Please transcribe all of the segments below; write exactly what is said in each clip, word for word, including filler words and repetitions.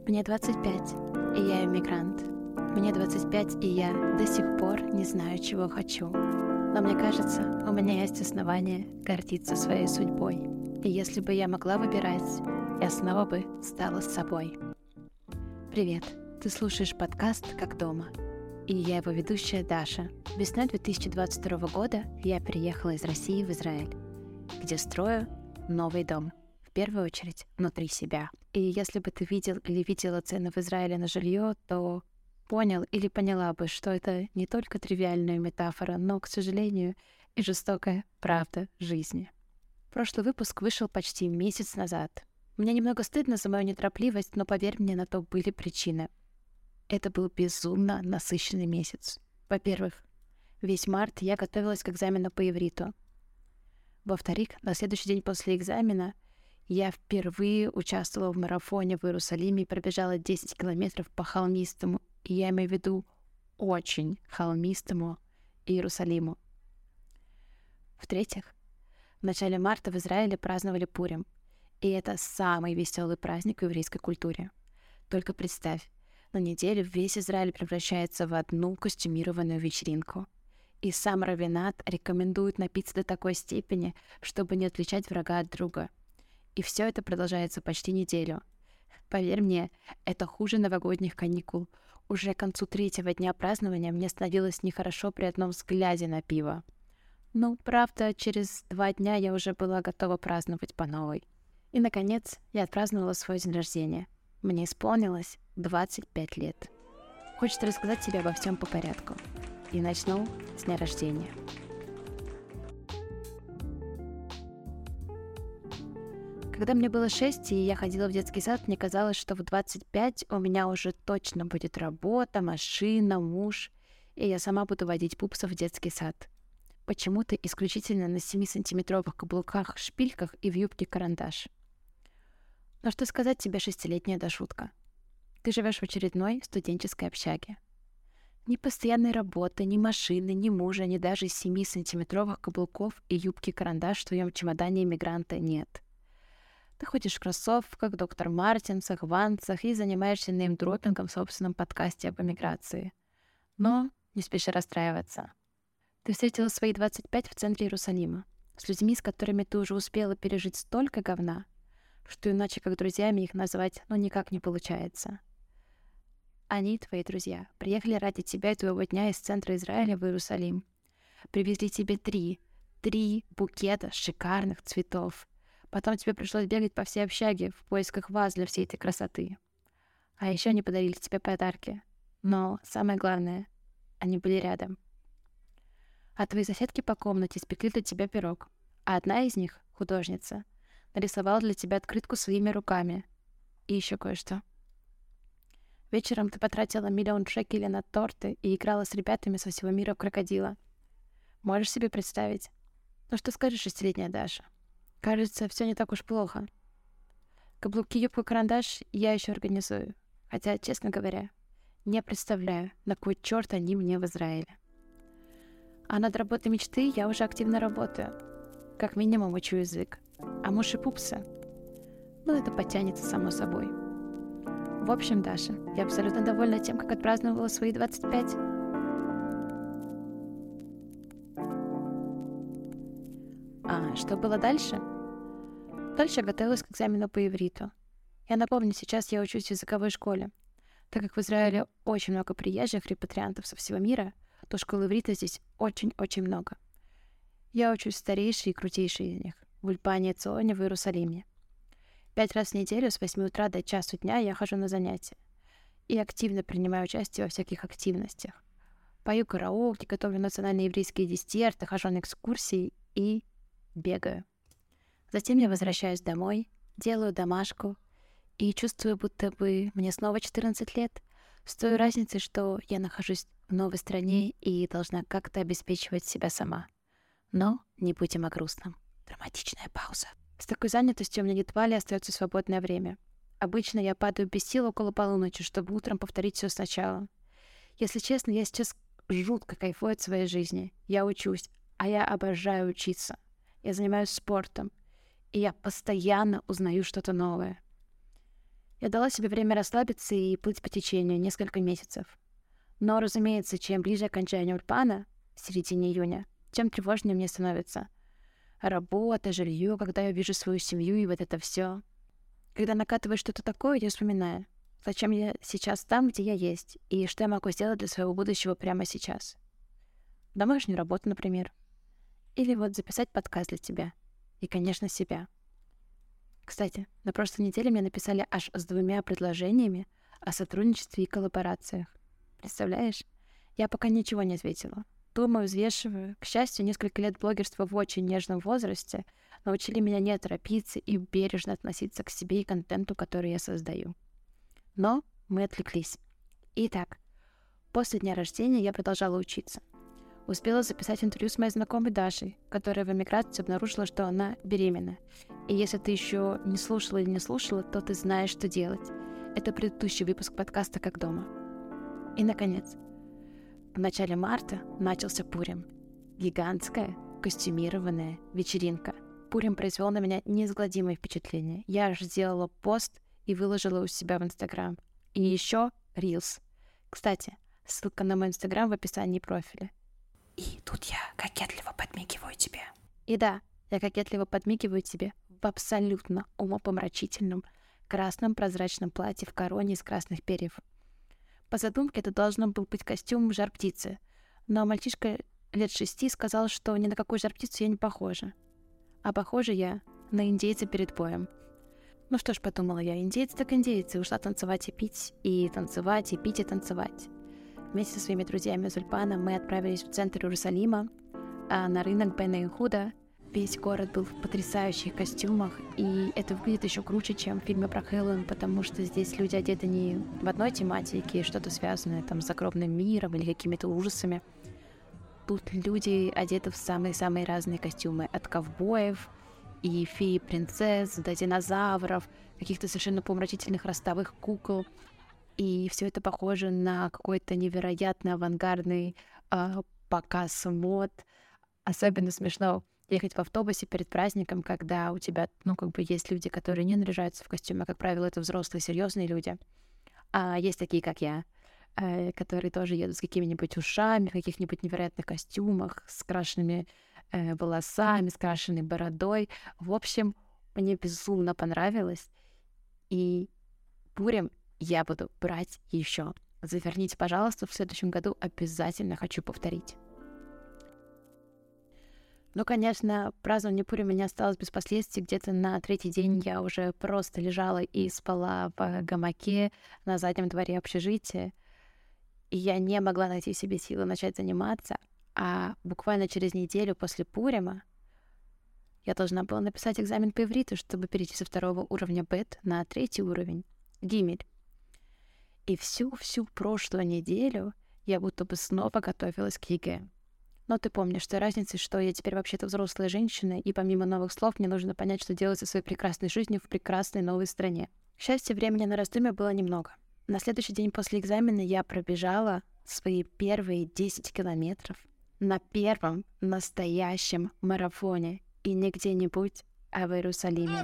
Мне двадцать пять, и я иммигрант. Мне двадцать пять, и я до сих пор не знаю, чего хочу. Но мне кажется, у меня есть основания гордиться своей судьбой. И если бы я могла выбирать, я снова бы стала с собой. Привет, ты слушаешь подкаст «Как дома». И я его ведущая Даша. Весной две тысячи двадцать второго года я переехала из России в Израиль, где строю новый дом. В первую очередь внутри себя. И если бы ты видел или видела цены в Израиле на жилье, то понял или поняла бы, что это не только тривиальная метафора, но, к сожалению, и жестокая правда жизни. Прошлый выпуск вышел почти месяц назад. Мне немного стыдно за мою неторопливость, но поверь мне, на то были причины. Это был безумно насыщенный месяц. Во-первых, весь март я готовилась к экзамену по ивриту. Во-вторых, на следующий день после экзамена я впервые участвовала в марафоне в Иерусалиме и пробежала десять километров по холмистому, и я имею в виду очень холмистому Иерусалиму. В-третьих, в начале марта в Израиле праздновали Пурим, и это самый веселый праздник в еврейской культуре. Только представь, на неделю весь Израиль превращается в одну костюмированную вечеринку. И сам раввинат рекомендует напиться до такой степени, чтобы не отличать врага от друга. И все это продолжается почти неделю. Поверь мне, это хуже новогодних каникул. Уже к концу третьего дня празднования мне становилось нехорошо при одном взгляде на пиво. Ну, правда, через два дня я уже была готова праздновать по новой. И, наконец, я отпраздновала свой день рождения. Мне исполнилось двадцать пять лет. Хочется рассказать тебе обо всем по порядку. И начну с дня рождения. Когда мне было шесть, и я ходила в детский сад, мне казалось, что в двадцать пять у меня уже точно будет работа, машина, муж, и я сама буду водить пупсов в детский сад. Почему-то исключительно на семисантиметровых каблуках, шпильках и в юбке карандаш. Но что сказать тебе, шестилетняя Дашутка? Ты живешь в очередной студенческой общаге. Ни постоянной работы, ни машины, ни мужа, ни даже семисантиметровых каблуков и юбки карандаш в твоем чемодане иммигранта нет. Ты ходишь в кроссовках, доктор Мартинсах, ванцах и занимаешься неймдропингом в собственном подкасте об эмиграции. Но не спеши расстраиваться. Ты встретила свои двадцать пять в центре Иерусалима, с людьми, с которыми ты уже успела пережить столько говна, что иначе как друзьями их назвать ну никак не получается. Они, твои друзья, приехали ради тебя и твоего дня из центра Израиля в Иерусалим. Привезли тебе три, три букета шикарных цветов. Потом тебе пришлось бегать по всей общаге в поисках ваз для всей этой красоты. А еще они подарили тебе подарки. Но самое главное, они были рядом. А твои соседки по комнате спекли для тебя пирог. А одна из них, художница, нарисовала для тебя открытку своими руками. И еще кое-что. Вечером ты потратила миллион шекелей на торты и играла с ребятами со всего мира в крокодила. Можешь себе представить? Ну что скажешь, шестилетняя Даша? Кажется, все не так уж плохо. Каблуки, юбку, карандаш я еще организую. Хотя, честно говоря, не представляю, на кой черт они мне в Израиле. А над работой мечты я уже активно работаю. Как минимум учу язык. А муж и пупсы? Ну, это потянется само собой. В общем, Даша, я абсолютно довольна тем, как отпраздновала свои двадцать пять. А что было дальше? Дальше я готовилась к экзамену по ивриту. Я напомню, сейчас я учусь в языковой школе. Так как в Израиле очень много приезжих репатриантов со всего мира, то школ иврита здесь очень-очень много. Я учусь в старейшей и крутейшей из них, в Ульпане Цооне в Иерусалиме. Пять раз в неделю с восьми утра до часу дня я хожу на занятия и активно принимаю участие во всяких активностях. Пою караоке, готовлю национальные еврейские десерты, хожу на экскурсии и бегаю. Затем я возвращаюсь домой, делаю домашку и чувствую, будто бы мне снова четырнадцать лет, с той разницей, что я нахожусь в новой стране и должна как-то обеспечивать себя сама. Но не будем о грустном. Драматичная пауза. С такой занятостью у меня едва ли остается свободное время. Обычно я падаю без сил около полуночи, чтобы утром повторить все сначала. Если честно, я сейчас жутко кайфую от своей жизни. Я учусь, а я обожаю учиться. Я занимаюсь спортом, и я постоянно узнаю что-то новое. Я дала себе время расслабиться и плыть по течению несколько месяцев. Но, разумеется, чем ближе окончание Ульпана, в середине июня, тем тревожнее мне становится. Работа, жилье, когда я вижу свою семью и вот это все. Когда накатывает что-то такое, я вспоминаю, зачем я сейчас там, где я есть, и что я могу сделать для своего будущего прямо сейчас. Домашнюю работу, например. Или вот записать подкаст для тебя. И, конечно, себя. Кстати, на прошлой неделе мне написали аж с двумя предложениями о сотрудничестве и коллаборациях. Представляешь? Я пока ничего не ответила. Думаю, взвешиваю. К счастью, несколько лет блогерства в очень нежном возрасте научили меня не торопиться и бережно относиться к себе и контенту, который я создаю. Но мы отвлеклись. Итак, после дня рождения я продолжала учиться. Успела записать интервью с моей знакомой Дашей, которая в эмиграции обнаружила, что она беременна. И если ты еще не слушала или не слушала, то ты знаешь, что делать. Это предыдущий выпуск подкаста «Как дома». И, наконец, в начале марта начался Пурим. Гигантская, костюмированная вечеринка. Пурим произвел на меня неизгладимое впечатление. Я аж сделала пост и выложила у себя в Инстаграм. И еще Reels. Кстати, ссылка на мой Инстаграм в описании профиля. И тут я кокетливо подмигиваю тебе. И да, я кокетливо подмигиваю тебе в абсолютно умопомрачительном красном прозрачном платье в короне из красных перьев. По задумке это должно был быть костюм жар-птицы, но мальчишка лет шести сказал, что ни на какую жар-птицу я не похожа. А похожа я на индейца перед боем. Ну что ж, подумала я, индейцы так индейцы, ушла танцевать и пить, и танцевать, и пить, и танцевать. Вместе со своими друзьями из Ульпана мы отправились в центр Иерусалима, а на рынок Бен-Иуда. Весь город был в потрясающих костюмах, и это выглядит еще круче, чем в фильме про Хэллоуин, потому что здесь люди одеты не в одной тематике, что-то связанное там с загробным миром или какими-то ужасами. Тут люди одеты в самые-самые разные костюмы, от ковбоев и феи-принцесс до динозавров, каких-то совершенно помрачительных ростовых кукол. И все это похоже на какой-то невероятно авангардный э, показ мод. Особенно смешно ехать в автобусе перед праздником, когда у тебя, ну, как бы есть люди, которые не наряжаются в костюм, а, как правило, это взрослые, серьезные люди. А есть такие, как я, э, которые тоже едут с какими-нибудь ушами, в каких-нибудь невероятных костюмах, с крашенными э, волосами, с крашенной бородой. В общем, мне безумно понравилось. И Пурим я буду брать еще. Заверните, пожалуйста, в следующем году обязательно хочу повторить. Ну, конечно, празднование Пурима не осталось без последствий. Где-то на третий день я уже просто лежала и спала в гамаке на заднем дворе общежития. И я не могла найти в себе силы начать заниматься. А буквально через неделю после Пурима я должна была написать экзамен по ивриту, чтобы перейти со второго уровня бет на третий уровень, гимель. И всю-всю прошлую неделю я будто бы снова готовилась к ЕГЭ. Но ты помнишь, что разница, что я теперь вообще-то взрослая женщина, и помимо новых слов мне нужно понять, что делать со своей прекрасной жизнью в прекрасной новой стране. К счастью, времени на раздумье было немного. На следующий день после экзамена я пробежала свои первые десять километров на первом настоящем марафоне. И не где-нибудь, а в Иерусалиме.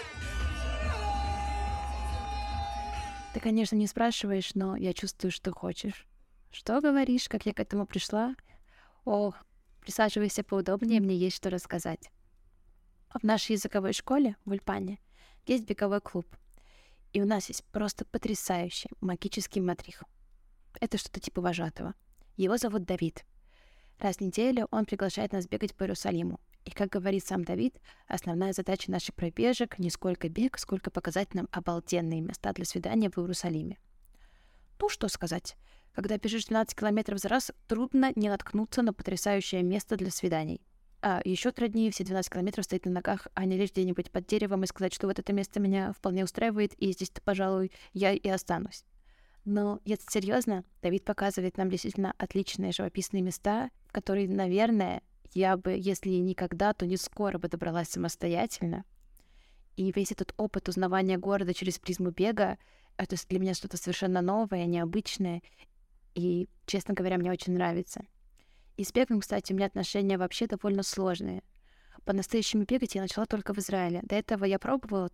Ты, конечно, не спрашиваешь, но я чувствую, что хочешь. Что говоришь, как я к этому пришла? О, присаживайся поудобнее, мне есть что рассказать. В нашей языковой школе в Ульпане есть беговой клуб. И у нас есть просто потрясающий магический мадрих. Это что-то типа вожатого. Его зовут Давид. Раз в неделю он приглашает нас бегать по Иерусалиму. И, как говорит сам Давид, основная задача наших пробежек не сколько бег, сколько показать нам обалденные места для свидания в Иерусалиме. Ну, что сказать. Когда бежишь двенадцать километров за раз, трудно не наткнуться на потрясающее место для свиданий. А еще труднее все двенадцать километров стоять на ногах, а не лишь где-нибудь под деревом и сказать, что вот это место меня вполне устраивает, и здесь-то, пожалуй, я и останусь. Но, если серьезно, Давид показывает нам действительно отличные живописные места, в которые, наверное, я бы, если и никогда, то не скоро бы добралась самостоятельно. И весь этот опыт узнавания города через призму бега — это для меня что-то совершенно новое, необычное. И, честно говоря, мне очень нравится. И с бегом, кстати, у меня отношения вообще довольно сложные. По-настоящему бегать я начала только в Израиле. До этого я пробовала там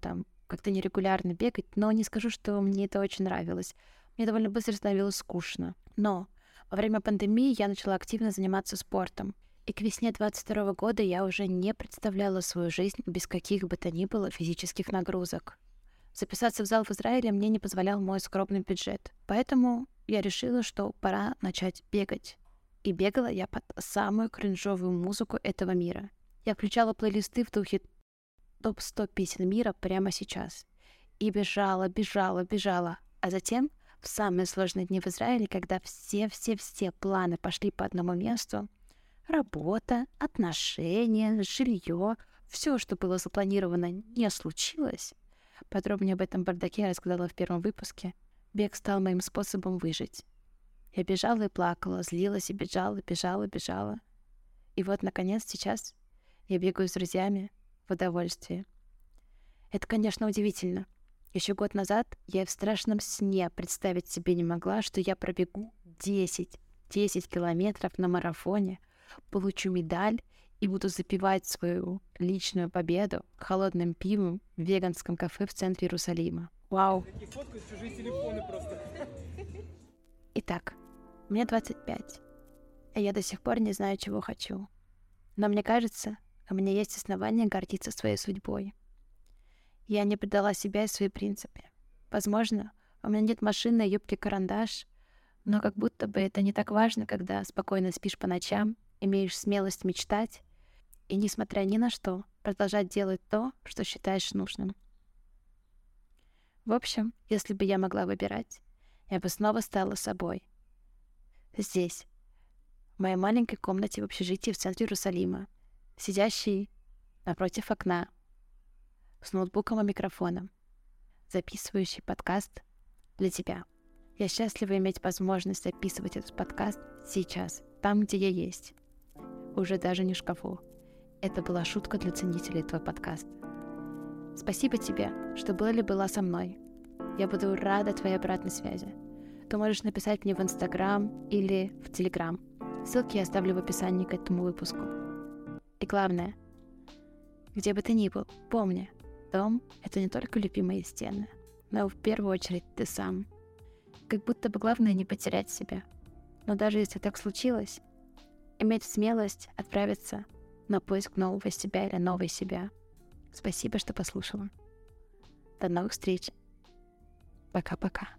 как-то нерегулярно бегать, но не скажу, что мне это очень нравилось. Мне довольно быстро становилось скучно. Но во время пандемии я начала активно заниматься спортом. И к весне двадцать второго года я уже не представляла свою жизнь без каких бы то ни было физических нагрузок. Записаться в зал в Израиле мне не позволял мой скромный бюджет. Поэтому я решила, что пора начать бегать. И бегала я под самую кринжовую музыку этого мира. Я включала плейлисты в духе топ сто песен мира прямо сейчас. И бежала, бежала, бежала. А затем, в самые сложные дни в Израиле, когда все-все-все планы пошли по одному месту, работа, отношения, жилье, все, что было запланировано, не случилось. Подробнее об этом бардаке я рассказала в первом выпуске. Бег стал моим способом выжить. Я бежала и плакала, злилась и бежала, бежала, бежала. И вот, наконец, сейчас я бегаю с друзьями в удовольствие. Это, конечно, удивительно. Еще год назад я в страшном сне представить себе не могла, что я пробегу десять километров на марафоне, получу медаль и буду запивать свою личную победу холодным пивом в веганском кафе в центре Иерусалима. Вау! Итак, мне двадцать пять, и я до сих пор не знаю, чего хочу. Но мне кажется, у меня есть основания гордиться своей судьбой. Я не предала себя и свои принципы. Возможно, у меня нет машины, юбки, карандаш, но как будто бы это не так важно, когда спокойно спишь по ночам, имеешь смелость мечтать и, несмотря ни на что, продолжать делать то, что считаешь нужным. В общем, если бы я могла выбирать, я бы снова стала собой. Здесь, в моей маленькой комнате в общежитии в центре Иерусалима, сидящей напротив окна, с ноутбуком и микрофоном, записывающий подкаст для тебя. Я счастлива иметь возможность записывать этот подкаст сейчас, там, где я есть. Уже даже не в шкафу. Это была шутка для ценителей этого подкаста. Спасибо тебе, что была ли была со мной. Я буду рада твоей обратной связи. Ты можешь написать мне в Инстаграм или в Телеграм. Ссылки я оставлю в описании к этому выпуску. И главное, где бы ты ни был, помни, дом — это не только любимые стены, но в первую очередь ты сам. Как будто бы главное не потерять себя. Но даже если так случилось, иметь смелость отправиться на поиск нового себя или новой себя. Спасибо, что послушала. До новых встреч. Пока-пока.